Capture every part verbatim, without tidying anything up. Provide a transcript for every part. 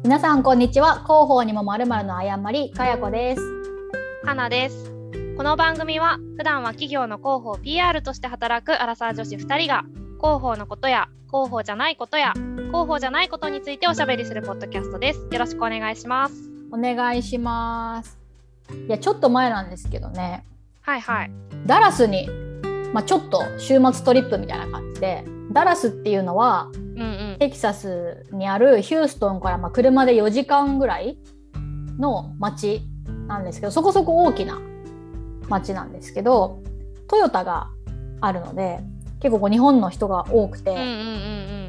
皆さんこんにちは。広報にも〇〇の誤り、かやこです。 はなです。この番組は普段は企業の広報 ピーアール として働くアラサー女子ふたりが広報のことや広報じゃないことや広報じゃないことについておしゃべりするポッドキャストです。よろしくお願いします。 お願いします。いやちょっと前なんですけどね、 はいはい、 ダラスに、まあ、ちょっと週末トリップみたいな感じで、ダラスっていうのは、うんうん、テキサスにあるヒューストンからまあ車でよじかんぐらいの街なんですけど、そこそこ大きな街なんですけど、トヨタがあるので結構こう日本の人が多くて、うんうんうんうん、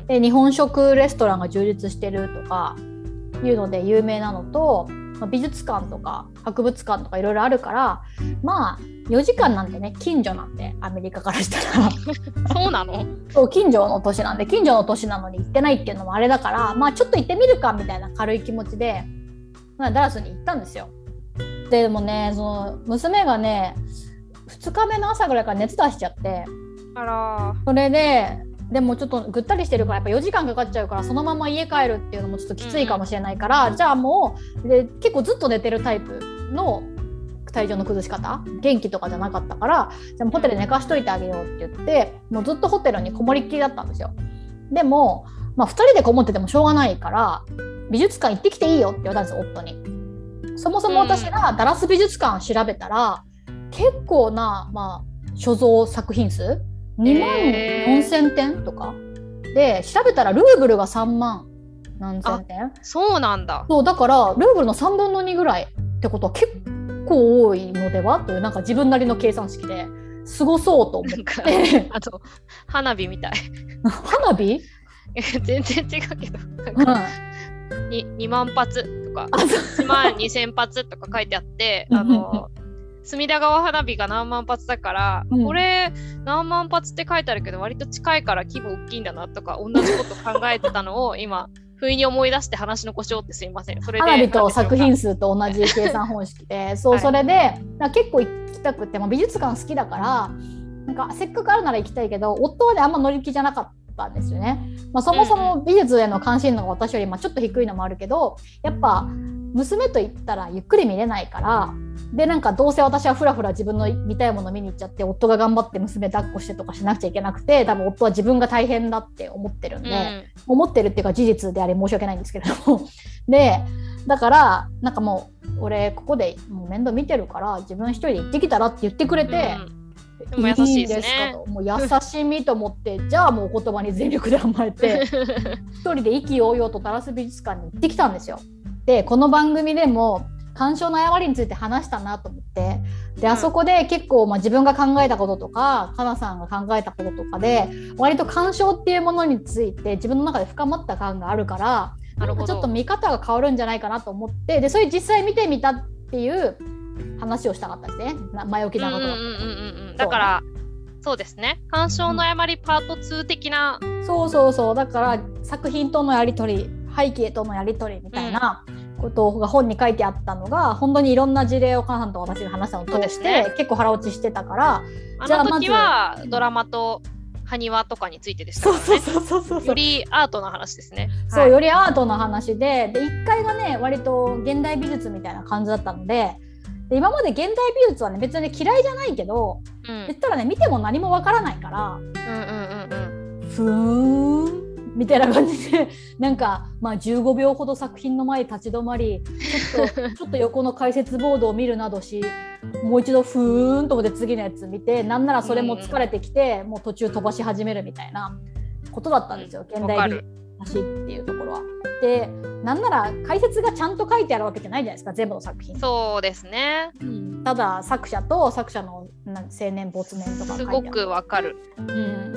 で日本食レストランが充実してるとかいうので有名なのと、まあ、美術館とか博物館とかいろいろあるから、まあよじかんなんてね、近所なんで、アメリカからしたらそうなの？ そう近所の都市なんで、近所の都市なのに行ってないっていうのもあれだから、まあちょっと行ってみるかみたいな軽い気持ちで、まあ、ダラスに行ったんですよ。でもね、その娘がねふつかめの朝ぐらいから熱出しちゃって、 あら、 それででもちょっとぐったりしてるからやっぱよじかんかかっちゃうから、そのまま家帰るっていうのもちょっときついかもしれないから、うん、じゃあもうで結構ずっと寝てるタイプの体調の崩し方、元気とかじゃなかったから、じゃあホテル寝かしといてあげようって言って、もうずっとホテルにこもりっきりだったんですよ。でも、まあ、ふたりでこもっててもしょうがないから美術館行ってきていいよって言われたんですよ、夫に。そもそも私がダラス美術館を調べたら、結構な、まあ、所蔵作品数にまんよんせんてんとかで、調べたらルーブルがさんまん何千点。 そうなんだ。 そうだからルーブルのさんぶんのにぐらいってことは結構多いのではという、なんか自分なりの計算式ですごそうと思ってあと花火みたい花火全然違うけど、うん、ににまんぱつとかいちまんにせんぱつとか書いてあってあの隅田川花火が何万発だから、うん、これ何万発って書いてあるけど割と近いから規模大きいんだなとか同じこと考えてたのを今不意に思い出して話の故障ってすいません。それで花火と作品数と同じ計算方式でそう、はい、それで結構行きたくて、も美術館好きだからなんかせっかくあるなら行きたいけど、夫はねあんま乗り気じゃなかったんですよね。まあ、そもそも美術への関心度が私よりまあちょっと低いのもあるけど、やっぱ娘と行ったらゆっくり見れないから、でなんかどうせ私はフラフラ自分の見たいもの見に行っちゃって、夫が頑張って娘抱っこしてとかしなくちゃいけなくて、多分夫は自分が大変だって思ってるんで、うん、思ってるっていうか事実であり申し訳ないんですけれどもでだからなんかもう俺ここでもう面倒見てるから自分一人で行ってきたらって言ってくれて、 うん、でも優しいですね。 いいですかと、もう優しみと思ってじゃあもうお言葉に全力で甘えて一人で意気揚々とダラス美術館に行ってきたんですよ。でこの番組でも鑑賞の誤りについて話したなと思って、であそこで結構、まあ、自分が考えたこととかかなさんが考えたこととかで割と鑑賞っていうものについて自分の中で深まった感があるから、なんかちょっと見方が変わるんじゃないかなと思って、でそれ実際見てみたっていう話をしたかったですね。前置き長くなって。 だからそうですね、鑑賞の誤りパートツー的な、 うん、そうそうそう、だから作品とのやり取り、背景とのやり取りみたいな、うんことが本に書いてあったのが本当にいろんな事例をかなさんと私が話したのを通して、ね、結構腹落ちしてたから、 あの時はドラマと埴輪とかについてでしたからね。そうそうそうそうそう、よりアートの話ですね。 そう、はい、よりアートの話で、でいっかいがね割と現代美術みたいな感じだったので、で今まで現代美術はね別に嫌いじゃないけど、うん、言ったらね見ても何もわからないから、うんうんうんうん、ふーんみたいな感じでなんか、まあ、じゅうごびょうほど作品の前に立ち止まりちょっと、ちょっと横の解説ボードを見るなどし、もう一度ふーんと思って次のやつ見て、なんならそれも疲れてきて、うん、もう途中飛ばし始めるみたいなことだったんですよ、うん、現代美術の話っていうところは。でなんなら解説がちゃんと書いてあるわけじゃないじゃないですか、全部の作品。 そうですね、 うん、ただ作者と作者の生年没年とか書いてある。 すごくわかる、 うん、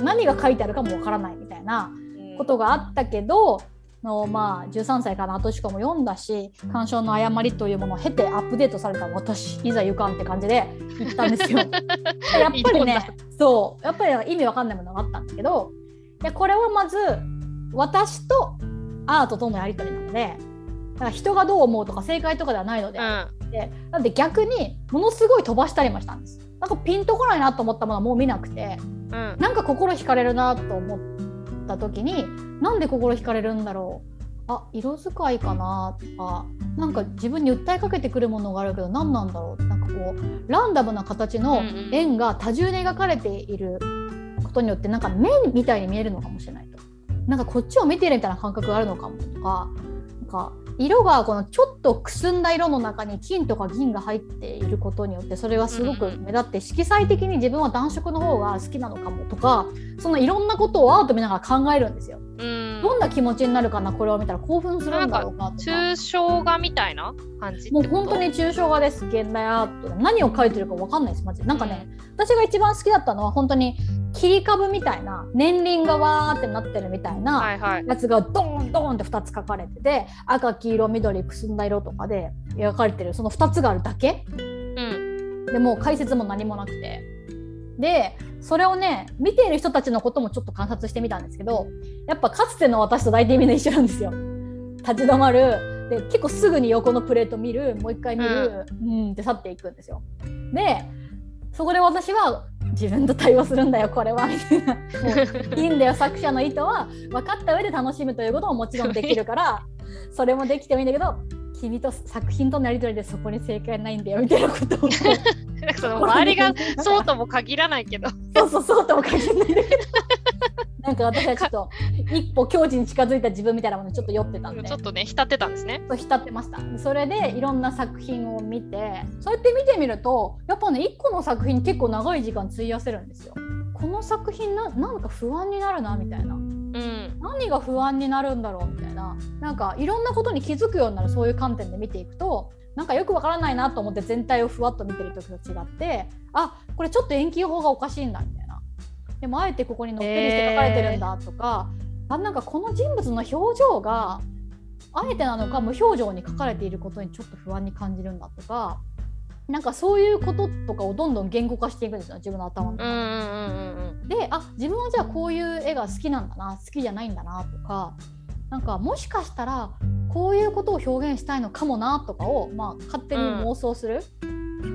何が書いてあるかもわからないみたいなことがあったけどの、まあ、じゅうさんさいかな、後しかも読んだし、鑑賞の誤りというものを経てアップデートされた私いざ行かんって感じで行ったんですよやっぱりねそうやっぱり意味わかんないものがあったんだけど、でこれはまず私とアートとのやり取りなので、だから人がどう思うとか正解とかではないので、うん、でなんで逆にものすごい飛ばしたりもしたんです。なんかピンとこないなと思ったものはもう見なくて、うん、なんか心惹かれるなと思った時に、なんで心惹かれるんだろう、 あ、色使いかなとか、なんか自分に訴えかけてくるものがあるけど何なんだろう、なんかこうランダムな形の円が多重に描かれていることによってなんか面みたいに見えるのかもしれないと、なんかこっちを見てるみたいな感覚があるのかもとか、なんか色がこのちょっとくすんだ色の中に金とか銀が入っていることによってそれがすごく目立って色彩的に自分は暖色の方が好きなのかもとか、そんないろんなことをアート見ながら考えるんですよ。うんどんな気持ちになるかな、これを見たら興奮するんだろうかとか。 抽象画みたいな感じってこと？ もう本当に抽象画です。現代アートで何を描いてるか分かんないですマジで。なんかね、うん、私が一番好きだったのは本当に切り株みたいな年輪がわーってなってるみたいなやつがドーンドーンってふたつ描かれてて、赤黄色緑くすんだ色とかで描かれてるそのふたつがあるだけ、うん、でもう解説も何もなくて、でそれをね見ている人たちのこともちょっと観察してみたんですけど、やっぱかつての私と大体みんな一緒なんですよ。立ち止まるで結構すぐに横のプレート見る、もう一回見る、うん、うんって去っていくんですよ。でそこで私は自分と対話するんだよこれはみたいな、もういいんだよ作者の意図は分かった上で楽しむということももちろんできるからそれもできてもいいんだけど、君と作品とのやり取りでそこに正解ないんだよみたいなことをなんかその周りがそうとも限らないけどそうそうそうとも限らないんだけどなんか私はちょっと一歩境地に近づいた自分みたいなものにちょっと酔ってたんで、 ちょっとね浸ってたんですね。 そう浸ってました。それでいろんな作品を見て、そうやって見てみるとやっぱねいっこの作品に結構長い時間費やせるんですよ。この作品 な, なんか不安になるなみたいな、うん、何が不安になるんだろうみたいな、なんかいろんなことに気づくようになる、そういう観点で見ていくとなんかよくわからないなと思って全体をふわっと見てる時と違って、あこれちょっと延期法がおかしいんだみたいな、でもあえてここにのっぺりして書かれてるんだとか、えー、あなんかこの人物の表情があえてなのか無表情に書かれていることにちょっと不安に感じるんだとか、なんかそういうこととかをどんどん言語化していくんですよ自分の頭の中で、うんうんうん、であ自分はじゃあこういう絵が好きなんだな好きじゃないんだなとか、なんかもしかしたらこういうことを表現したいのかもなとかを、まあ、勝手に妄想する、うん、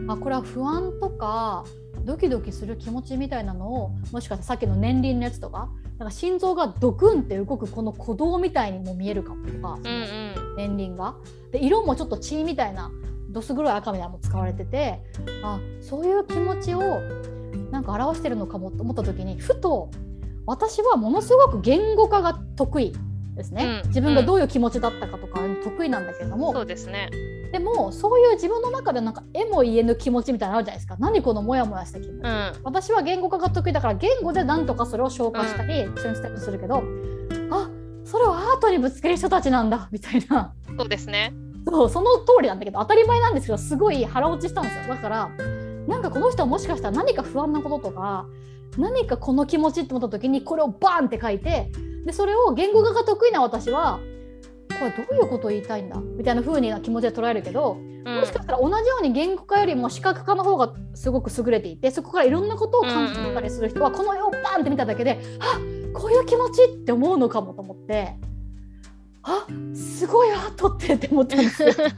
あこれは不安とかドキドキする気持ちみたいなのを、もしかしたらさっきの年輪のやつとか、なんか心臓がドクンって動くこの鼓動みたいにも見えるかもとか、その年輪がで色もちょっと血みたいなどす黒い赤みたいなのも使われてて、あそういう気持ちをなんか表してるのかもと思った時に、ふと私はものすごく言語化が得意ですね、うん、自分がどういう気持ちだったかとか得意なんだけれども、 そうですね。 でもそういう自分の中でなんか絵も言えぬ気持ちみたいなのあるじゃないですか。何このモヤモヤした気持ち、うん、私は言語化が得意だから言語で何とかそれを消化したり、うん、一緒にステップするけど、あそれをアートにぶつける人たちなんだみたいな。 そうですね。 そうその通りなんだけど当たり前なんですけど、すごい腹落ちしたんですよ。だからなんかこの人はもしかしたら何か不安なこととか何かこの気持ちって思った時にこれをバーンって書いて、でそれを言語化が得意な私はこれどういうことを言いたいんだみたいな風な気持ちで捉えるけど、うん、もしかしたら同じように言語化よりも視覚化の方がすごく優れていて、そこからいろんなことを感じ取ったりする人は、この絵をバーンって見ただけで、あこういう気持ちって思うのかもと思って、あすごいアートってって思ったんですよ伝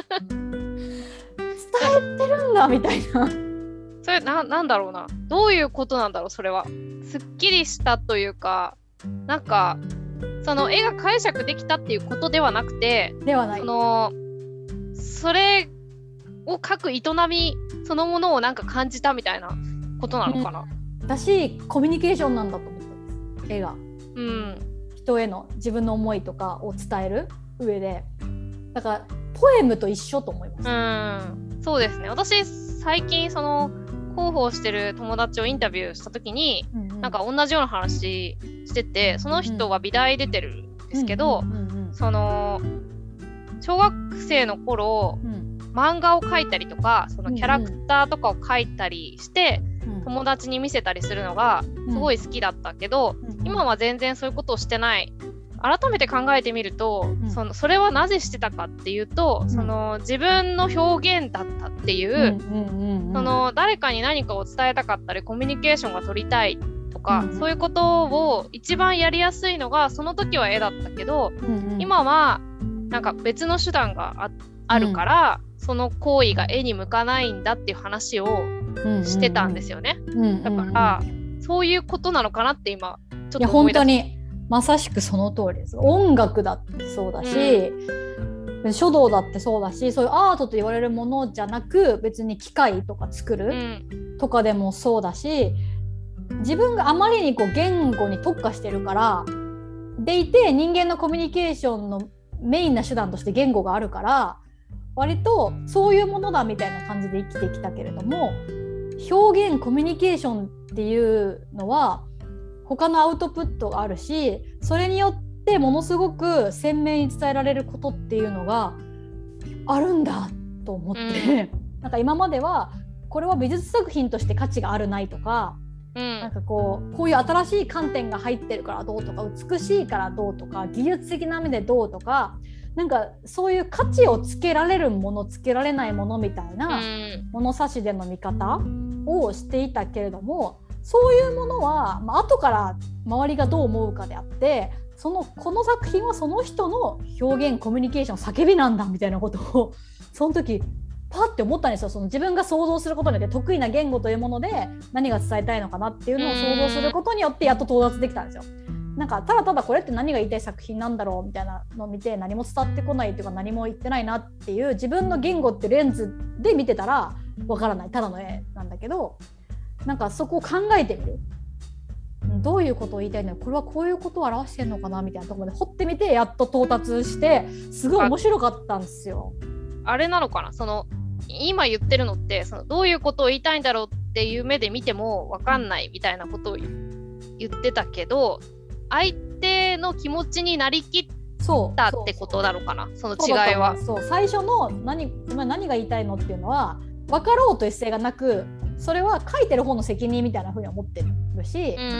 えてるんだみたいな。 それ な, なんだろうなどういうことなんだろう。それはすっきりしたというか、なんかその絵が解釈できたっていうことではなくて、 ではない、 そのそれを描く営みそのものをなんか感じたみたいなことなのかな、 うん、だしコミュニケーションなんだと思ったんです絵が、うん、人への自分の思いとかを伝える上で、だからポエムと一緒と思います。 うん、そうですね。私最近その広報してる友達をインタビューした時に、うんうん、なんか同じような話してて、その人は美大出てるんですけど、うんうんうんうん、その小学生の頃、うん、漫画を描いたりとかそのキャラクターとかを描いたりして、うんうん、友達に見せたりするのがすごい好きだったけど、うんうん、今は全然そういうことをしてない。改めて考えてみると、うん、そのそれはなぜしてたかっていうと、うん、その自分の表現だったっていう、うんうんうんうん、その誰かに何かを伝えたかったりコミュニケーションが取りたいとか、うん、そういうことを一番やりやすいのがその時は絵だったけど、うんうん、今はなんか別の手段が あ, あるから、うん、その行為が絵に向かないんだっていう話をしてたんですよね、うんうんうん、だからそういうことなのかなって今ちょっと思い出しいや本当にまさしくその通りです。音楽だってそうだし、うん、書道だってそうだし、そういうアートと言われるものじゃなく別に機械とか作るとかでもそうだし、自分があまりにこう言語に特化してるからでいて、人間のコミュニケーションのメインな手段として言語があるから割とそういうものだみたいな感じで生きてきたけれども、表現コミュニケーションっていうのは他のアウトプットがあるし、それによってものすごく鮮明に伝えられることっていうのがあるんだと思って、うん、なんか今まではこれは美術作品として価値があるないとか、うん、なんかこうこういう新しい観点が入ってるからどうとか、美しいからどうとか、技術的な目でどうとか、なんかそういう価値をつけられるものつけられないものみたいな物差しでの見方をしていたけれども、そういうものは、まあ後から周りがどう思うかであって、そのこの作品はその人の表現コミュニケーション叫びなんだみたいなことをその時パッて思ったんですよ。その自分が想像することによって得意な言語というもので何が伝えたいのかなっていうのを想像することによってやっと到達できたんですよ。なんかただただこれって何が言いたい作品なんだろうみたいなのを見て何も伝わってこないっていうか何も言ってないなっていう自分の言語ってレンズで見てたらわからない、ただの絵なんだけど、なんかそこを考えてみる、どういうことを言いたいのよ、これはこういうことを表してるのかなみたいなところまで掘ってみてやっと到達して、すごい面白かったんですよ。 あれなのかな、その今言ってるのってそのどういうことを言いたいんだろうっていう目で見ても分かんないみたいなことを言ってたけど、相手の気持ちになりきったってことなのかな、その違いは。 そう最初の 何, 何が言いたいのっていうのは分かろうという姿勢がなく、それは書いてる方の責任みたいな風に思ってるし、うん、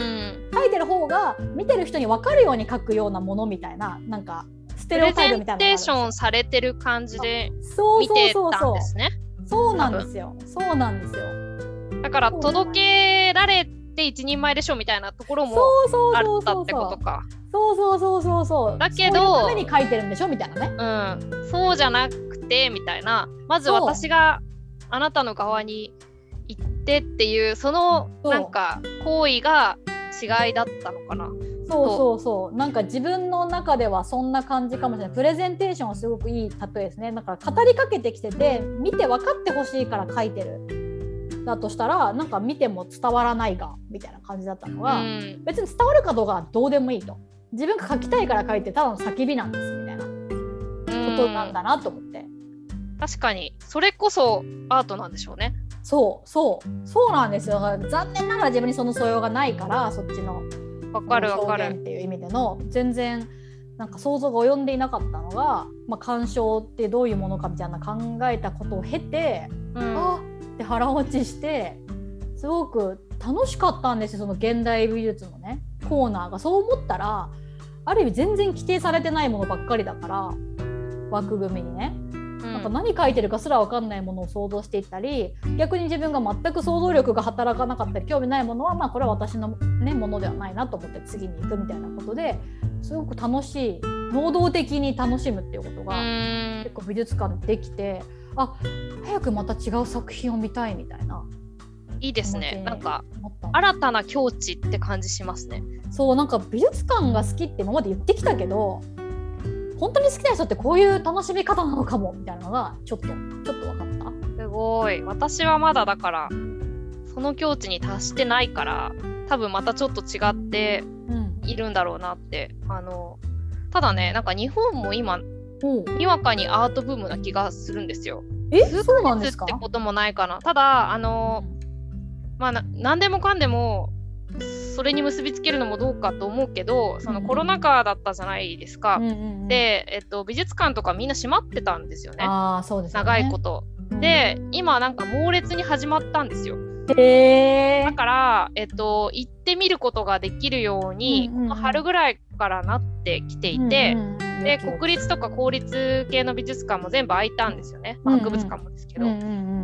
書いてる方が見てる人に分かるように書くようなものみたいな、なんかステレオタイプみたいなのがあるんですよ。プレゼンテーションされてる感じで見てたんですね。 そうなんですよ。そうなんですよ。 だから届けられて一人前でしょみたいなところもあったってことか。 そうそうそうそうそう。 だけどそういうために書いてるんでしょみたいなね。うん。そうじゃなくてみたいな。まず私があなたの側に行ってっていうそのなんか行為が違いだったのかな。 そうそうそう。なんか自分の中ではそんな感じかもしれない。プレゼンテーションはすごくいい例えですね。だから語りかけてきてて見て分かってほしいから書いてるだとしたら、なんか見ても伝わらないがみたいな感じだったのが、うん、別に伝わるかどうかはどうでもいいと。自分が書きたいから書いてただの叫びなんですみたいなことなんだなと思って。 確かにそれこそアートなんでしょうね。 そうそうそうなんですよ。残念ながら自分にその素養がないから、そっちのわかるわかる表現っていう意味での全然なんか想像が及んでいなかったのが、まあ、鑑賞ってどういうものかみたいな考えたことを経て、うん、あって腹落ちしてすごく楽しかったんですよ。その現代美術のねコーナーが。そう思ったらある意味全然規定されてないものばっかりだから、枠組みにね、うん、なんか何書いてるかすら分かんないものを想像していったり、逆に自分が全く想像力が働かなかったり興味ないものは、まあこれは私の、ね、ものではないなと思って次に行くみたいなことですごく楽しい、能動的に楽しむっていうことが結構美術館できて、あ、早くまた違う作品を見たいみたいな。 いいですね。なんか新たな境地って感じしますね。 そう、なんか美術館が好きって今まで言ってきたけど、本当に好きな人ってこういう楽しみ方なのかもみたいなのがちょっとちょっと分かった。 すごい。私はまだだからその境地に達してないから、多分またちょっと違っているんだろうなって、うん、あのただね、なんか日本も今にわかにアートブームな気がするんですよ。 え、そうなんですか？ ってこともないかな。ただあの、まあ、な何でもかんでもそれに結びつけるのもどうかと思うけど、そのコロナ禍だったじゃないですか、うんうんうん、で、えっと、美術館とかみんな閉まってたんですよね。 あ、そうですね、 長いこと、うん、で今なんか猛烈に始まったんですよ。 へー。 だから、えっと、行ってみることができるように、うんうんうん、この春ぐらいからなってきていて、うんうん、で国立とか公立系の美術館も全部開いたんですよね、まあ、博物館もですけど、うんうんうん、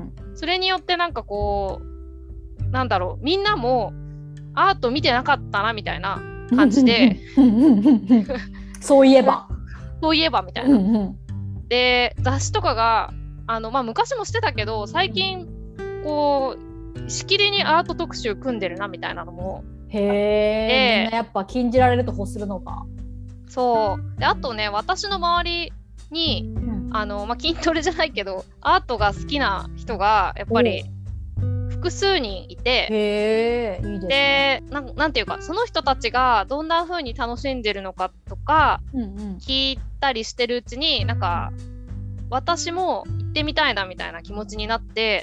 それによってなんかこうなんだろう、みんなもアート見てなかったなみたいな感じでそういえばそういえばみたいな、うんうん、で雑誌とかがあの、まあ、昔もしてたけど最近こうしきりにアート特集組んでるなみたいなのもへえ、みんなやっぱ禁じられると欲するのか。 そうで、あとね、私の周りに、うん、あのまあ、筋トレじゃないけどアートが好きな人がやっぱり複数人いて、 へー、いいですね。 で、な、なんていうか、その人たちがどんな風に楽しんでるのかとか、うんうん、聞いたりしてるうちに、なんか私も行ってみたいなみたいな気持ちになって、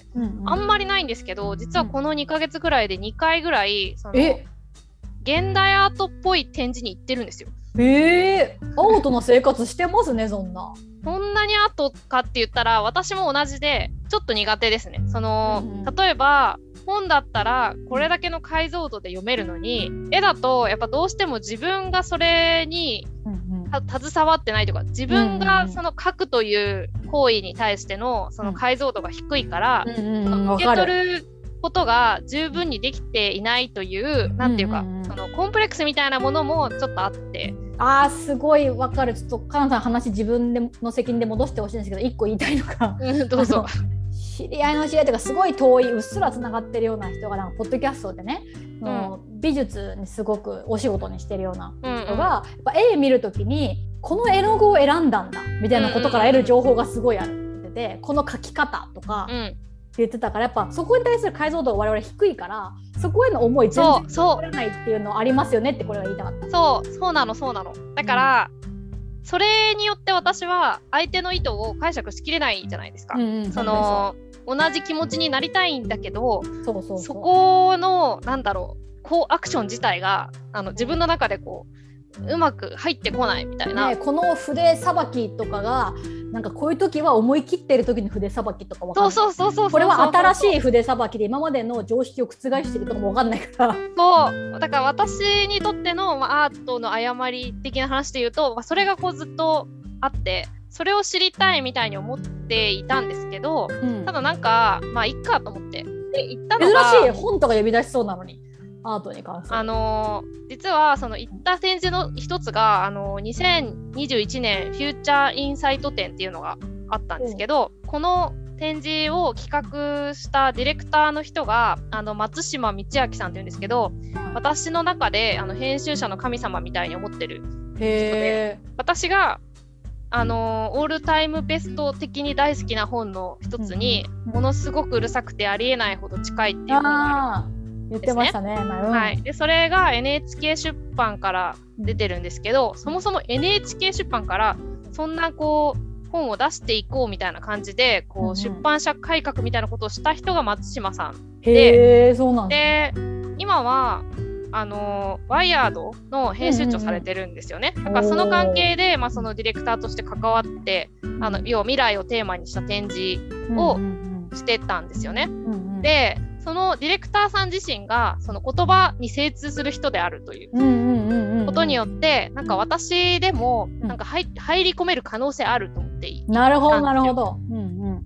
うんうん、あんまりないんですけど、実はこのにかげつぐらいでにかいぐらいその現代アートっぽい展示に行ってるんですよ。 へー、アートの生活してますね。そんなそんなにアートかって言ったら私も同じでちょっと苦手ですね。その、うんうん、例えば本だったらこれだけの解像度で読めるのに、絵だとやっぱどうしても自分がそれに携わってないというか、自分がその描くという行為に対してのその解像度が低いから、うんうんうん、受け取ることが十分にできていないという、なんていうか、うんうん、そのコンプレックスみたいなものもちょっとあって。 あー、すごいわかる。ちょっとかなさん話自分での責任で戻してほしいんですけど、一個言いたいのが、 うん、どうぞ。 知り合いの知り合いというかすごい遠いうっすらつながってるような人がなんかポッドキャストでね、うん、美術にすごくお仕事にしてるような人が、うんうん、やっぱ絵見るときにこの絵の具を選んだんだみたいなことから得る情報がすごいあるって言ってて、この描き方とか言ってたから、やっぱそこに対する解像度が我々低いから、そこへの思い全然通らないっていうのありますよねって、これは言いたかった。 そうそうなのそうなの。だから、うん、それによって私は相手の意図を解釈しきれないじゃないですか。うんうん、その同じ気持ちになりたいんだけど、そうそうそう、そこのなんだろう、こうアクション自体があの自分の中でこううまく入ってこないみたいな、 ね、この筆さばきとかがなんかこういう時は思い切ってる時の筆さばきとか分かんない。 そうそうそうそう、 これは新しい筆さばきで今までの常識を覆してるとかも分かんないから。 そうだから私にとっての、まあ、アートの誤り的な話で言うと、まあ、それがこうずっとあって、それを知りたいみたいに思っていたんですけど、うん、ただなんかまあいっかと思ってで行ったのが、 珍しい本とか呼び出しそうなのにアートに関する、 あのー、実はその行った展示の一つが、あのー、にせんにじゅういちねんフューチャーインサイト展っていうのがあったんですけど、うん、この展示を企画したディレクターの人があの松島道明さんっていうんですけど、うん、私の中であの編集者の神様みたいに思ってる人で、私があのー、オールタイムベスト的に大好きな本の一つに、うん、ものすごくうるさくてありえないほど近いっていう本があるんですね。 言ってましたね。うん、 はい、でそれが エヌエイチケー 出版から出てるんですけど、そもそも エヌエイチケー 出版からそんなこう本を出していこうみたいな感じでこう、うん、出版社改革みたいなことをした人が松島さんで、 へー、そうなんです。で今はあのワイヤードの編集長されてるんですよね。うんうんうん、だからその関係で、まあ、そのディレクターとして関わってあの要は未来をテーマにした展示をしてたんですよね。うんうんうん、でそのディレクターさん自身がその言葉に精通する人であるということによって、なんか私でもなんか 入, 入り込める可能性あると思っていい。 なるほどなるほど。うんうん、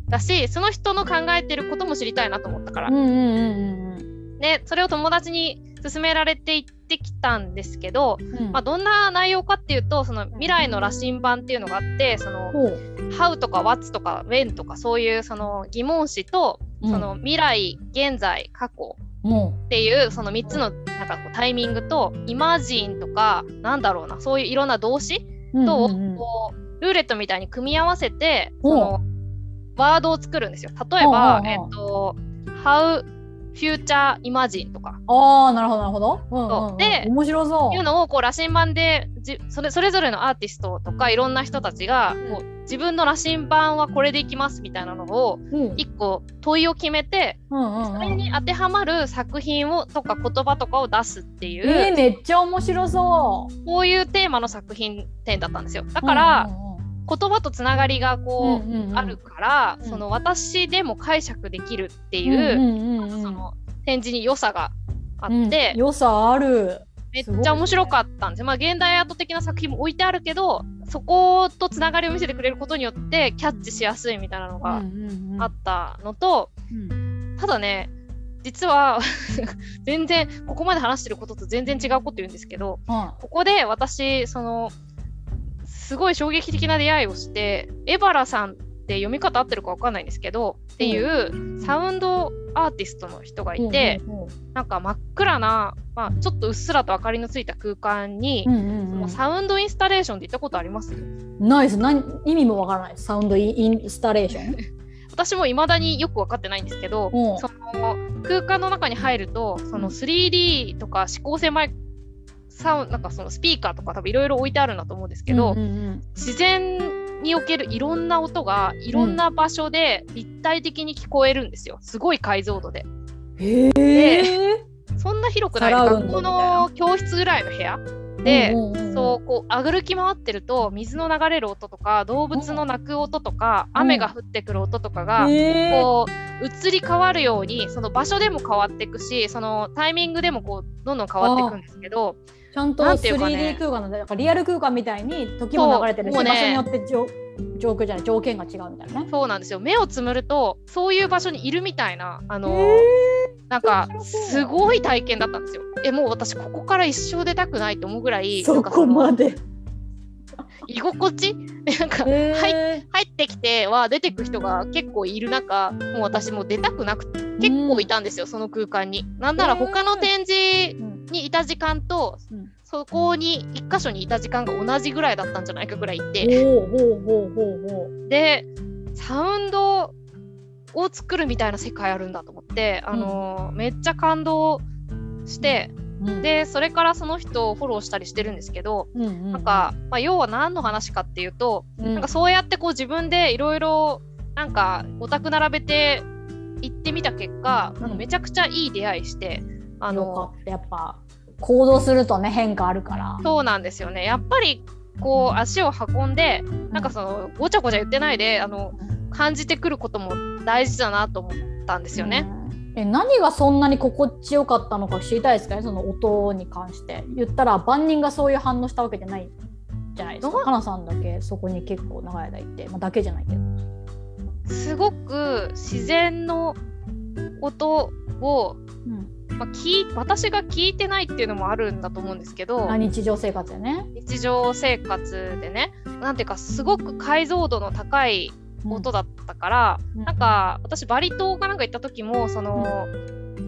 だしその人の考えてることも知りたいなと思ったから。 うんうんうんうん、 でそれを友達に勧められていってきたんですけど、うんまあ、どんな内容かっていうと、その未来の羅針盤っていうのがあって、その How とか What とか When とかそういうその疑問詞と、うん、その未来、現在、過去っていうそのみっつのなんかこうタイミングと Imagine とかなんだろうな、そういういろんな動詞とをこうルーレットみたいに組み合わせてそのワードを作るんですよ。例えば、えっと Howフューチャーイマジンとか。 ああ、なるほどなるほど。うんうんうん、で、面白そう。 いうのをこう羅針盤でじ そ, れそれぞれのアーティストとかいろんな人たちがこう、うん、自分の羅針盤はこれでいきますみたいなのを一個問いを決めて、うんうんうん、それに当てはまる作品をとか言葉とかを出すっていう。 えー、めっちゃ面白そう。 こういうテーマの作品展だったんですよ。だから。うんうんうん、言葉とつながりがこう、うんうんうん、あるから、うん、その私でも解釈できるっていう、うんうんうん、その展示に良さがあって、 うん、良さある。 めっちゃ面白かったんですよ。まあ現代アート的な作品も置いてあるけど、そことつながりを見せてくれることによってキャッチしやすいみたいなのがあったのと、うんうんうん、ただね実は全然ここまで話してることと全然違うこと言うんですけど、うん、ここで私そのすごい衝撃的な出会いをして、エバラさんっで読み方合ってるか分かんないんですけど、っていうサウンドアーティストの人がいて、うんうんうん、なんか真っ暗な、まあ、ちょっとうっすらと明かりのついた空間に、うんうんうん、サウンドインスタレーションって言ったことあります？ ないです。何意味も分からないです。サウンドインスタレーション私も未だによく分かってないんですけど、うん、その空間の中に入るとその スリーディー とか指向性マイクサウンなんかそのスピーカーとか多分いろいろ置いてあるんだと思うんですけど、うんうんうん、自然におけるいろんな音がいろんな場所で立体的に聞こえるんですよ。すごい解像度で。 へでそんな広くない学校の教室ぐらいの部屋で、うんうんうん、そうこう歩き回ってると水の流れる音とか動物の鳴く音とか、うん、雨が降ってくる音とかが、うん、こう移り変わるようにその場所でも変わっていくし、そのタイミングでもこうどんどん変わっていくんですけど、 ちゃんと スリーディー 空間のだからリアル空間みたいに時も流れてるし、ね、場所によって上上空じゃない条件が違うみたいなね。 そうなんですよ。目をつむるとそういう場所にいるみたいな、あのー、なんかすごい体験だったんですよ。えもう私ここから一生出たくないと思うぐらい、 そこまで居心地なんか入, 入ってきては出てく人が結構いる中、もう私もう出たくなくて結構いたんですよ、うん、その空間に。なんなら他の展示にいた時間と、うん、そこに一箇所にいた時間が同じぐらいだったんじゃないかぐらいいて、 ほうほうほうほうほう。 でサウンドを作るみたいな世界あるんだと思って、あのーうん、めっちゃ感動して、うん、でそれからその人をフォローしたりしてるんですけど、うんうん、なんか、まあ、要は何の話かっていうと、うん、なんかそうやってこう自分でいろいろなんかオタク並べて行ってみた結果、うん、なんかめちゃくちゃいい出会いして、あのやっぱ行動するとね変化あるから。 そうなんですよね。やっぱりこう足を運んで、うん、なんかそのごちゃごちゃ言ってないであの感じてくることも大事だなと思ったんですよね。 うん、え何がそんなに心地よかったのか知りたいですかね、その音に関して。言ったら万人がそういう反応したわけじゃないじゃないですか。かなさんだけそこに結構長い間いて、まあ、だけじゃないけどすごく自然の音を、うんまあ、聞私が聞いてないっていうのもあるんだと思うんですけど、 日常生活でね日常生活でねなんていうかすごく解像度の高い音だったから、うん、なんか私バリ島かなんか行った時もその、うん、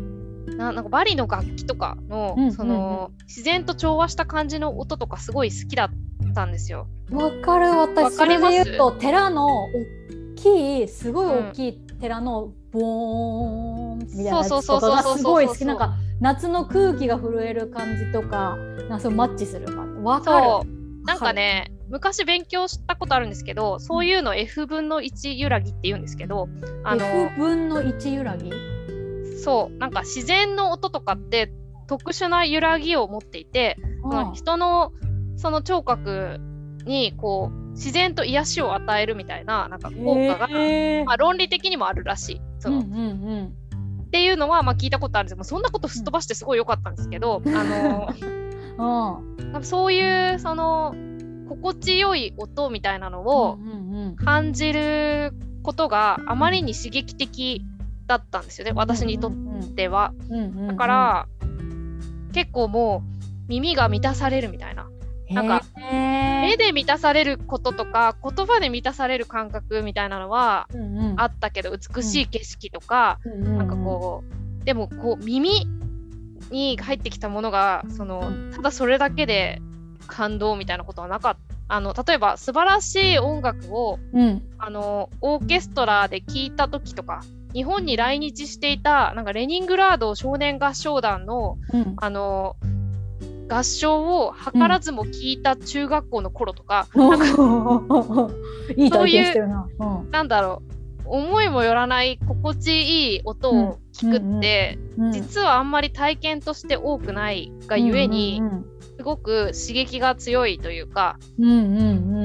ななんかバリの楽器とかの、うん、その、うん、自然と調和した感じの音とかすごい好きだったんですよ。 わかる。私それで言うと寺の大きいすごい大きい寺のボーンみたいなやつとかがすごい好き。なんか夏の空気が震える感じとかなんかそうマッチする感じ。わかる。 そうなんかね昔勉強したことあるんですけど、そういうの エフぶんのいち揺らぎって言うんですけど、 あの エフぶんのいち揺らぎ。 そうなんか自然の音とかって特殊な揺らぎを持っていて、その人のその聴覚にこう自然と癒しを与えるみたいななんか効果が、まあ、論理的にもあるらしい。その、うんうんうん、っていうのはまあ聞いたことあるんですけど、そんなことすっ飛ばしてすごい良かったんですけど、うん、あのうん、そういうその心地よい音みたいなのを感じることがあまりに刺激的だったんですよね、私にとっては。だから結構もう耳が満たされるみたいな、なんか目で満たされることとか言葉で満たされる感覚みたいなのはあったけど、美しい景色とか、なんかこうでもこう耳に入ってきたものがそのただそれだけで感動みたいなことはなかった。あの例えば素晴らしい音楽を、うん、あのオーケストラで聴いた時とか、日本に来日していたなんかレニングラード少年合唱団の、うん、あの合唱を図らずも聴いた中学校の頃とか、うん、なんかいい体験してるな、 うん、なんだろう、思いもよらない心地いい音を聞くって、うんうんうん、実はあんまり体験として多くないがゆえに、うんうんうん、すごく刺激が強いというか、うんうんうん、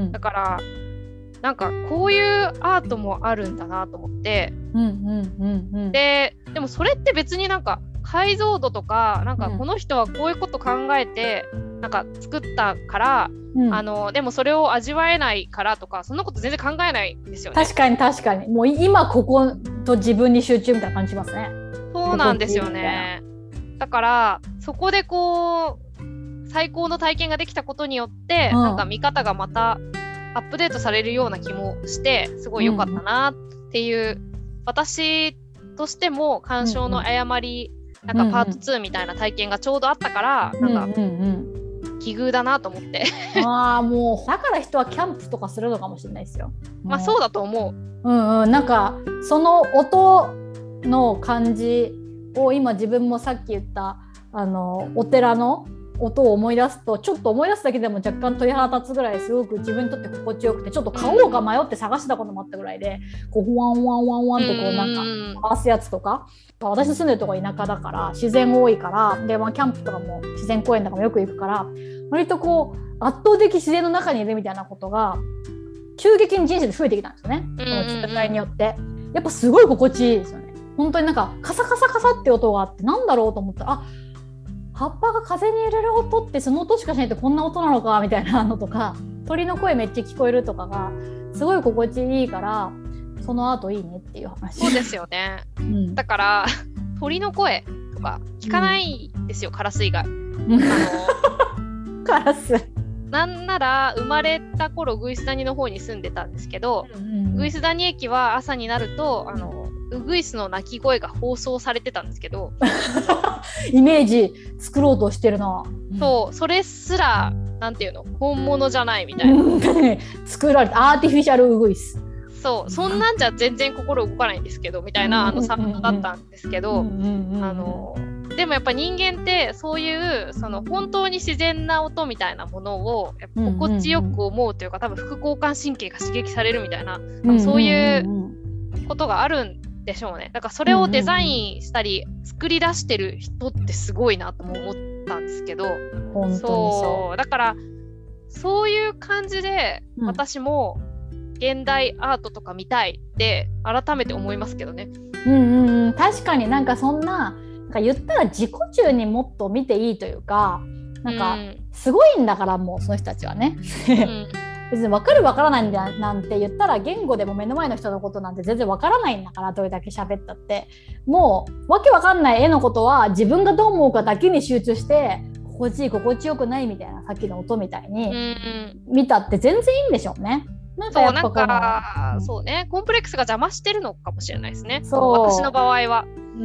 だからなんかこういうアートもあるんだなと思って、うんうんうんうん、で, でもそれって別になんか解像度とかなんかこの人はこういうこと考えてなんか作ったから、うん、あのでもそれを味わえないからとかそんなこと全然考えないんですよね。 確かに確かに、もう今ここと自分に集中みたいな感じしますね。 そうなんですよね。だからそこでこう最高の体験ができたことによって、うん、なんか見方がまたアップデートされるような気もしてすごい良かったなっていう、うん、私としても鑑賞の誤り、うんうん、なんかパートツーみたいな体験がちょうどあったから、うんうん、なんか、うんうん、奇遇だなと思ってああもうだから人はキャンプとかするのかもしれないですよ。 まあそうだと思う。 うんうん、なんかその音の感じを今自分もさっき言ったあのお寺の音を思い出すとちょっと思い出すだけでも若干鳥肌立つぐらいすごく自分にとって心地よくてちょっと買おうか迷って探したこともあったぐらいでこうワンワンワンワンってこうなんか回すやつとか私住んでるとこ田舎だから自然多いからで、まあ、キャンプとかも自然公園とかもよく行くから割とこう圧倒的自然の中にいるみたいなことが急激に人生で増えてきたんですよね、その状態によってやっぱすごい心地いいですよね。本当になんかカサカサカサって音があってなんだろうと思ったらあ葉っぱが風に揺れる音ってその音しかしないってこんな音なのかみたいなのとか鳥の声めっちゃ聞こえるとかがすごい心地いいからその後いいねっていう話。 そうですよね、うん、だから鳥の声とか聞かないですよ、うん、カラス以外。あのカラスなんなら生まれた頃ウグイス谷の方に住んでたんですけど、うんうん、ウグイス谷駅は朝になるとあのウグイスの鳴き声が放送されてたんですけどイメージ作ろうとしてるな。 そうそれすらなんていうの本物じゃないみたいな作られたアーティフィシャルウグイス。 そうそんなんじゃ全然心動かないんですけどみたいなあのサウンドだったんですけど、あのでもやっぱ人間ってそういうその本当に自然な音みたいなものをやっぱ心地よく思うというか、多分副交感神経が刺激されるみたいな、そういうことがあるんでしょうね。だからそれをデザインしたり作り出してる人ってすごいなとも思ったんですけど、 本当にそうだからそういう感じで私も現代アートとか見たいって改めて思いますけどね。 うんうんうん、確かになんかそんな、なんか言ったら自己中にもっと見ていいというか、なんかすごいんだからもうその人たちはね、うん、別に分かる分からないんだなんて言ったら言語でも目の前の人のことなんて全然分からないんだから、どれだけ喋ったってもうわけ分かんない絵のことは自分がどう思うかだけに集中して心地いい心地よくないみたいな、さっきの音みたいに見たって全然いいんでしょうね。 なんかやっぱこのそうなんかそうね、コンプレックスが邪魔してるのかもしれないですね。そう私の場合は、 うん、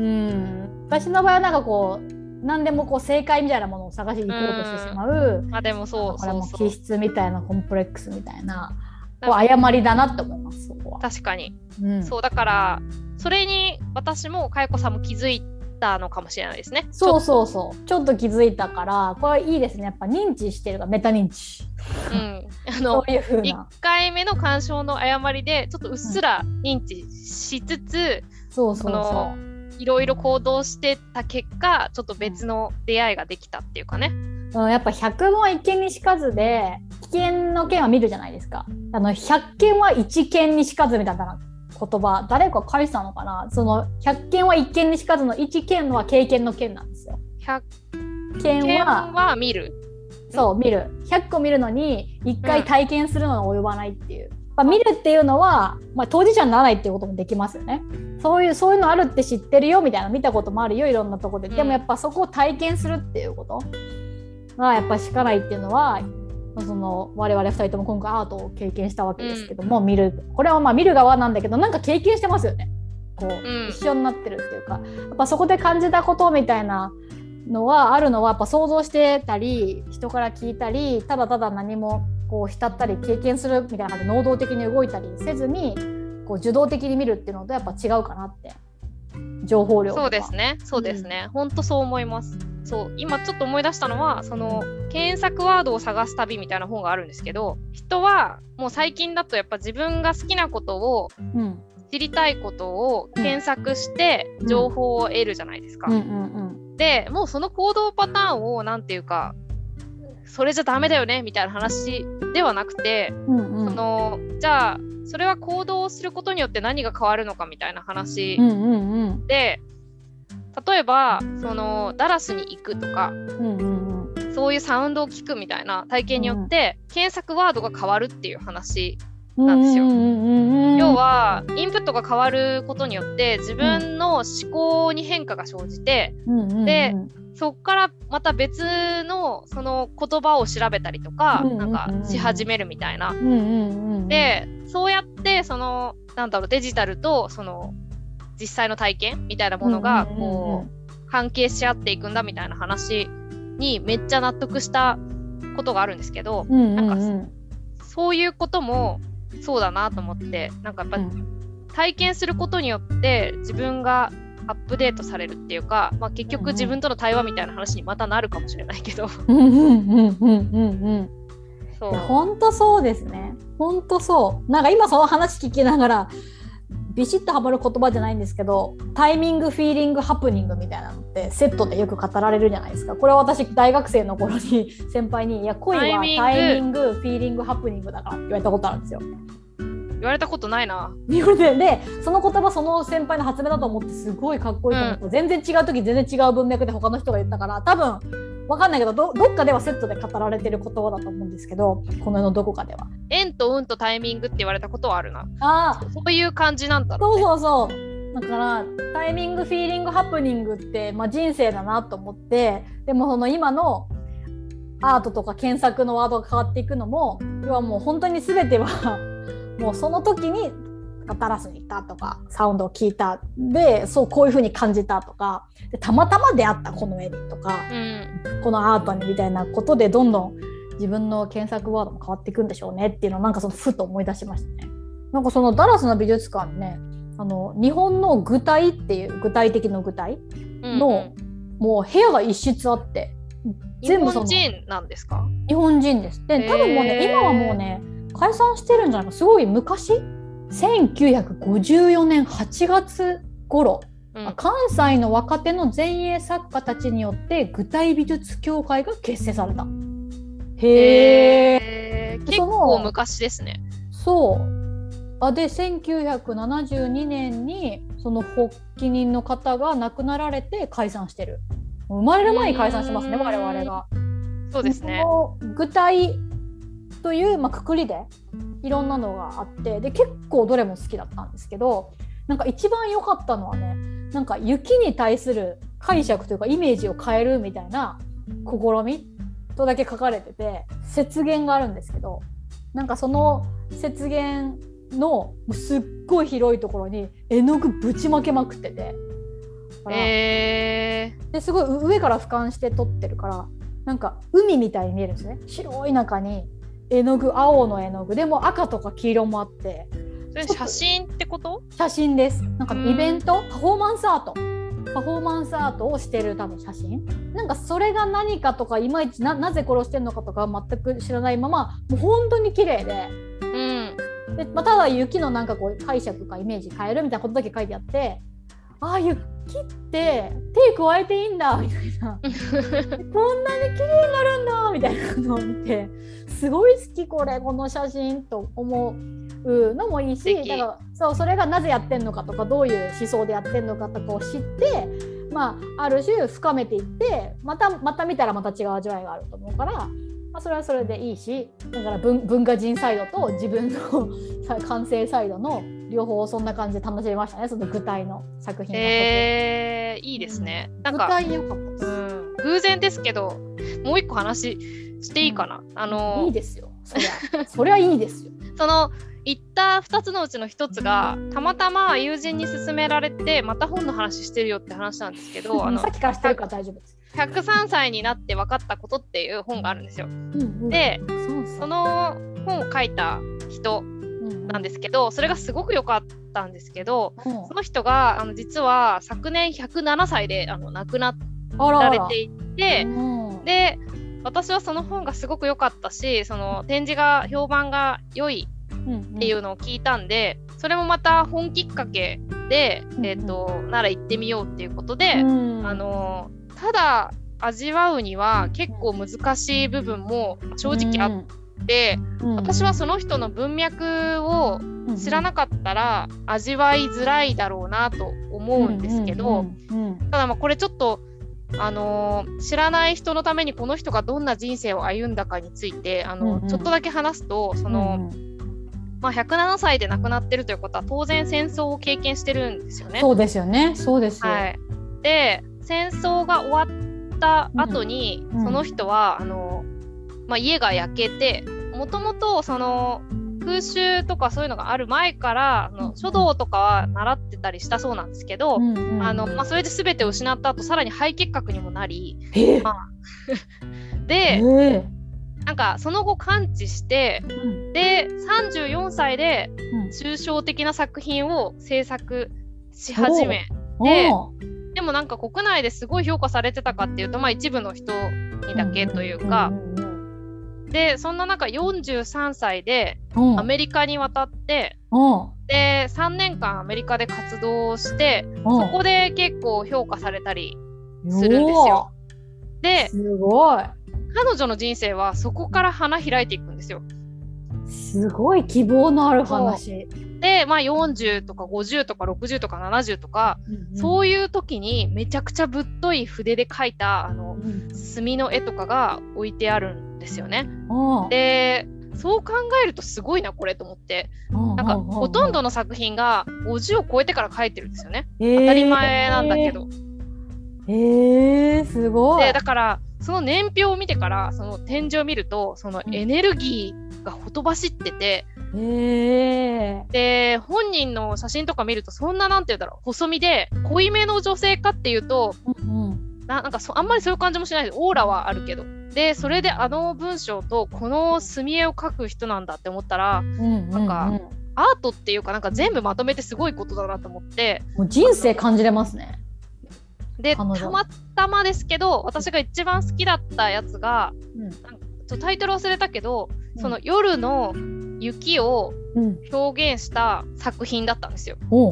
私の場合はなんかこう何でもこう正解みたいなものを探しに行こうとしてしまう、 あでもそうこれも気質みたいなコンプレックスみたいなこう誤りだなって思います。そこは確かに、うん、そうだからそれに私もかよこさんも気づいたのかもしれないですね。 そうそうそう、ちょっと気づいたからこれいいですね。やっぱ認知してるからメタ認知、 うん、あのそういう風ないっかいめの鑑賞の誤りでちょっとうっすら認知しつつ、うん、そうそうそういろいろ行動してた結果ちょっと別の出会いができたっていうかね、 うん、やっぱひゃくも一見にしかずで危険の件は見るじゃないですか。あのひゃっけんはいちけんにしかずみたいな言葉誰か書いてたのかな。そのひゃっけんはいっけんにしかずのいっけんは経験の件なんですよ。 ひゃっけんは、は見るそう見るひゃっこ見るのにいっかい体験するのに及ばないっていう、うんまあ、見るっていうのは、まあ、当事者にならないっていうこともできますよね。そういうそういうのあるって知ってるよみたいな見たこともあるよいろんなとこで、うん、でもやっぱそこを体験するっていうことがやっぱしかないっていうのはその我々ふたりとも今回アートを経験したわけですけども、うん、見るこれはまあ見る側なんだけどなんか経験してますよね。こう、うん、一緒になってるっていうかやっぱそこで感じたことみたいなのはあるのはやっぱ想像してたり人から聞いたりただただ何もこう浸ったり経験するみたいな感じで能動的に動いたりせずにこう受動的に見るっていうのとやっぱ違うかなって情報量とか。 そうですねそうですね、うん、本当そう思います。そう今ちょっと思い出したのはその検索ワードを探す旅みたいな本があるんですけど、人はもう最近だとやっぱ自分が好きなことを、うん、知りたいことを検索して情報を得るじゃないですか、うんうんうんうん、でもうその行動パターンをなんていうかそれじゃダメだよねみたいな話ではなくて、うんうん、そのじゃあそれは行動をすることによって何が変わるのかみたいな話で、うんうんうん、例えばそのダラスに行くとか、うんうんうん、そういうサウンドを聞くみたいな体験によって、うん、検索ワードが変わるっていう話なんですよ。要はインプットが変わることによって自分の思考に変化が生じて、うん、でそこからまた別のその言葉を調べたりとか、うんうんうん、なんかし始めるみたいな、うんうんうん、でそうやってそのなんだろうデジタルとその実際の体験みたいなものがこう、うんうんうん、関係し合っていくんだみたいな話にめっちゃ納得したことがあるんですけど、うんうんうん、なんかそういうこともそうだなと思って、なんかやっぱ、うん、体験することによって自分がアップデートされるっていうか、まあ、結局自分との対話みたいな話にまたなるかもしれないけど、 本当そうですね。本当そう。なんか今その話聞きながらビシッとはまる言葉じゃないんですけど、タイミング、フィーリング、ハプニングみたいなのってセットでよく語られるじゃないですか。これは私大学生の頃に先輩にいや恋はタイミング、フィーリング、ハプニングだからって言われたことあるんですよ。 言われたことないな。 言われて、でその言葉その先輩の発明だと思ってすごいかっこいいと思って、うん、全然違う時全然違う文脈で他の人が言ったから、多分わかんないけど ど, どっかではセットで語られてる言葉だと思うんですけど、この世のどこかでは縁と運とタイミングって言われたことはあるな。ああ、そういう感じなんだろうね。 そうそうそう。だからタイミング、フィーリング、ハプニングって、まあ、人生だなと思って、でもその今のアートとか検索のワードが変わっていくのも、要はもう本当に全てはもうその時にダラスに行ったとかサウンドを聞いたで、そうこういう風に感じたとかで、たまたま出会ったこの絵にとか、うん、このアートにみたいなことでどんどん自分の検索ワードも変わっていくんでしょうねっていうのをなんかそのふと思い出しましたね。なんかそのダラスの美術館ね、あの日本の具体っていう具体的の具体の、うんうん、もう部屋が一室あって、 全部その日本人なんですか？ 日本人です。で多分もうね今はもうね解散してるんじゃないか。すごい昔せんきゅうひゃくごじゅうよねんはちがつ頃、うん、関西の若手の前衛作家たちによって具体美術協会が結成された。 へー、結構昔ですね。 そうあでせんきゅうひゃくななじゅうにねんにその発起人の方が亡くなられて解散してる。生まれる前に解散してますね、我々が。 そうですね。 その具体という、まあ、くくりでいろんなのがあって、で結構どれも好きだったんですけど、なんか一番良かったのはね、なんか雪に対する解釈というかイメージを変えるみたいな試みとだけ書かれてて、雪原があるんですけど、なんかその雪原のすっごい広いところに絵の具ぶちまけまくってて、 えー、 ですごい上から俯瞰して撮ってるからなんか海みたいに見えるんですね。白い中に絵の具、青の絵の具でも赤とか黄色もあって。 それ写真ってこと？ 写真です。なんかイベント、パフォーマンスアートパフォーマンスアートをしてる多分写真、なんかそれが何かとかいまいち な, なぜ殺してるのかとか全く知らないまま、もう本当に綺麗で、うんで、まあ、ただ雪のなんかこう解釈かイメージ変えるみたいなことだけ書いてあって、ああ雪って手加えていいんだみたいなこんなに綺麗になるんだみたいなのを見て、すごい好きこれこの写真と思うのもいいし、だからそうそれがなぜやってんのかとかどういう思想でやってんのかとかを知って、まあ、ある種深めていってまたまた見たらまた違う味わいがあると思うから、まあ、それはそれでいいし、だから 文, 文化人サイドと自分の感性サイドの両方そんな感じで楽しみましたね、その具体の作品が。 えー、いいですね。なんか具体良かったです、うん、 偶然ですけどもう一個話していいかな、うん、あのいいですよ、そりゃそりゃいいですよその行ったふたつのうちのひとつがたまたま友人に勧められてまた本の話してるよって話なんですけどあのさっきからしてるから大丈夫です。 ひゃくさんさいになって分かったことっていう本があるんですよ、うんうん、で そうそうその本を書いた人なんですけど、うん、それがすごく良かったんですけど、うん、その人があの実は昨年ひゃくななさいであの亡くなられていて、うん、で私はその本がすごく良かったし、その展示が評判が良いっていうのを聞いたんで、うんうん、それもまた本きっかけで、うんうんえーと、なら行ってみようっていうことで、うん、あのただ味わうには結構難しい部分も正直あって、うんうん、私はその人の文脈を知らなかったら味わいづらいだろうなと思うんですけど、ただまあこれちょっとあのー、知らない人のためにこの人がどんな人生を歩んだかについてあの、うんうん、ちょっとだけ話すと、その、うんうん、 まあ、ひゃくななさいで亡くなってるということは当然戦争を経験してるんですよね。 そうですよね。そうですよ。 はい、で戦争が終わった後に、うん、その人はあの、まあ、家が焼けて、もともとその空襲とかそういうのがある前からあの書道とかは習ってたりしたそうなんですけど、うんうん、あのまあ、それで全てを失った後さらに肺結核にもなり、まあ、でなんかその後完治して、うん、でさんじゅうよんさいで抽象的な作品を制作し始めて、でもなんか国内ですごい評価されてたかっていうと、まあ、一部の人にだけというか、うんうんうん、でそんな中よんじゅうさんさいでアメリカに渡って、うん、でさんねんかんアメリカで活動して、うん、そこで結構評価されたりするんですよ。ですごい彼女の人生はそこから花開いていくんですよ。 すごい希望のある話で、まあ、よんじゅうとかごじゅうとかろくじゅうとかななじゅうとか、うんうん、そういう時にめちゃくちゃぶっとい筆で描いたあの、うん、墨の絵とかが置いてあるんですよね。でそう考えるとすごいなこれと思って、なんかほとんどの作品がごじゅうを超えてから描いてるんですよね、えー、当たり前なんだけど。 えー、すごい。 でだからその年表を見てからその展示を見るとそのエネルギーがほとばしってて、うん、えー、で本人の写真とか見るとそんななんていうんだろう、細身で濃いめの女性かっていうと、うんうん、な, なんかそあんまりそういう感じもしないです。オーラはあるけど、でそれであの文章とこの墨絵を描く人なんだって思ったら、うんうんうん、なんかアートっていうかなんか全部まとめてすごいことだなと思って、 もう人生感じれますね。 でたまたまですけど私が一番好きだったやつが、うん、なんかちょっとタイトル忘れたけど、うん、その夜の雪を表現した作品だったんですよ、うん、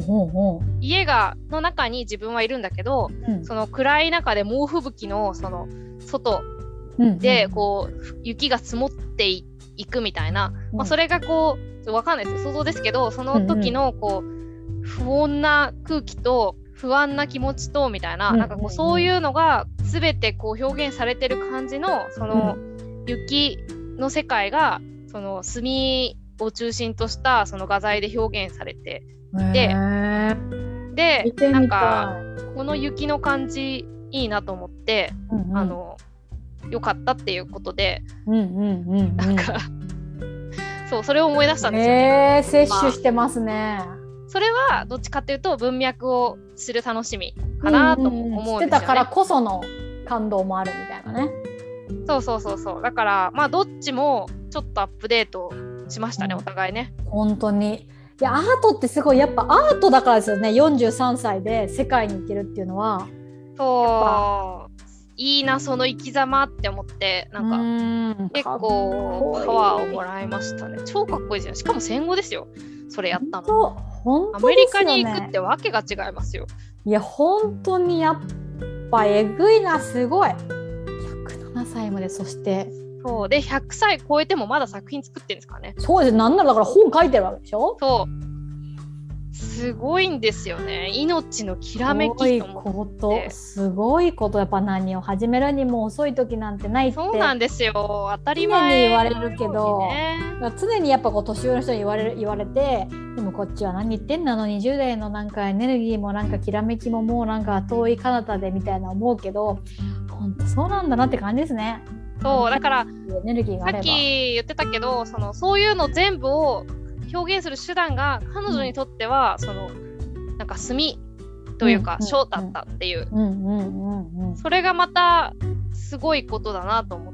家がの中に自分はいるんだけど、うん、その暗い中で猛吹雪のその外でこう、うん、雪が積もっていくみたいな、うん、まあ、それがこうわかんないです想像ですけど、その時のこう不穏な空気と不安な気持ちとみたいな、うん、なんかこうそういうのが全てこう表現されてる感じのその雪の世界がその墨を中心としたその画材で表現されていて、でなんかこの雪の感じいいなと思って、うんうん、あのよかったっていうことで、うんうんうんうん、なんかそうそれを思い出したんですよね。 えー、摂取してますね、 まあそれはどっちかっていうと文脈を知る楽しみかなとも思うんですよね、うんうん、知ってたからこその感動もあるみたいなね。 そうそうそうそう、だからまあどっちもちょっとアップデートしましたね、うん、お互いね。 本当にいやアートってすごいやっぱアートだからですよね。よんじゅうさんさいで世界に行けるっていうのはそういいなその生き様って思って、なんか結構パワーをもらいましたね。超かっこいいですよ。しかも戦後ですよそれやったの。 本当アメリカに行くってわけが違いますよ。 いや本当にやっぱえぐいな、すごい。ひゃくななさいまで、そしてそうでひゃくさい超えてもまだ作品作ってるんですからね。 そうです。なんならだから本書いてるわけでしょ。 そうすごいんですよね。命のきらめきと思って。 すごいこと。やっぱ何を始めるにも遅い時なんてないってそうなんですよ。当たり前に言われるけど、ね、常にやっぱこう年上の人に言われる言われて、でもこっちは何言ってんの、あのにじゅう代のなんかエネルギーもなんかきらめきももうなんか遠い彼方でみたいな思うけど、本当そうなんだなって感じですね。 そうだからエネルギーがあれば、 さっき言ってたけど、そのそういうの全部を表現する手段が彼女にとっては、うん、そのなんか墨というか書だったっていう、それがまたすごいことだなと思って、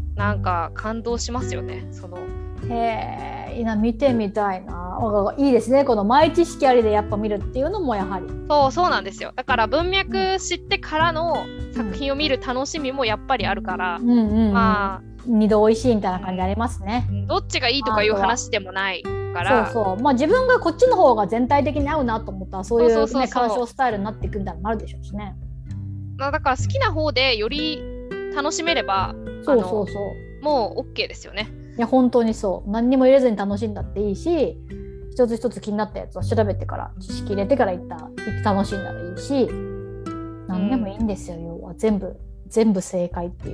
なんか感動しますよね。そのへえ、いいな、見てみたいな。いいですね、この前知識ありでやっぱ見るっていうのもやはりそうそうなんですよ。だから文脈知ってからの作品を見る楽しみもやっぱりあるから、うんうんうん、まあ二度おいしいみたいな感じありますね。 どっちがいいとかいう話でもないから、 そうそう、まあ自分がこっちの方が全体的に合うなと思ったら、そういう、ね、そうそうそうそう鑑賞スタイルになっていくみたいなのもあるでしょうしね。 だから好きな方でより楽しめれば、 そうそうそう、 もう OK ですよね。 いや本当にそう、何にも入れずに楽しんだっていいし、一つ一つ気になったやつを調べてから知識入れてから行った行って楽しんだらいいし、何でもいいんですよ、うん、要は全部全部正解っていう、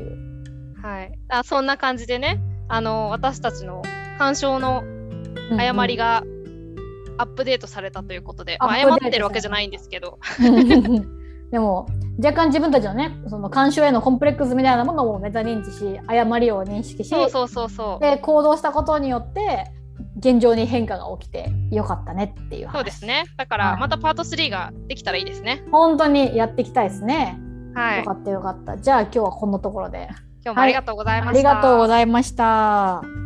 はい、あそんな感じでね、あの私たちの鑑賞の誤りがアップデートされたということで、まあ、謝ってるわけじゃないんですけどでも若干自分たちのねその干渉へのコンプレックスみたいなものをメタ認知し誤りを認識しそうそうそうそうで行動したことによって現状に変化が起きてよかったねっていう話。 そうですね。だからまたパートスリーができたらいいですね。 本当にやっていきたいですね。 はい。 よかったよかった。じゃあ今日はこんなところで。 今日もありがとうございました。 はい、ありがとうございました。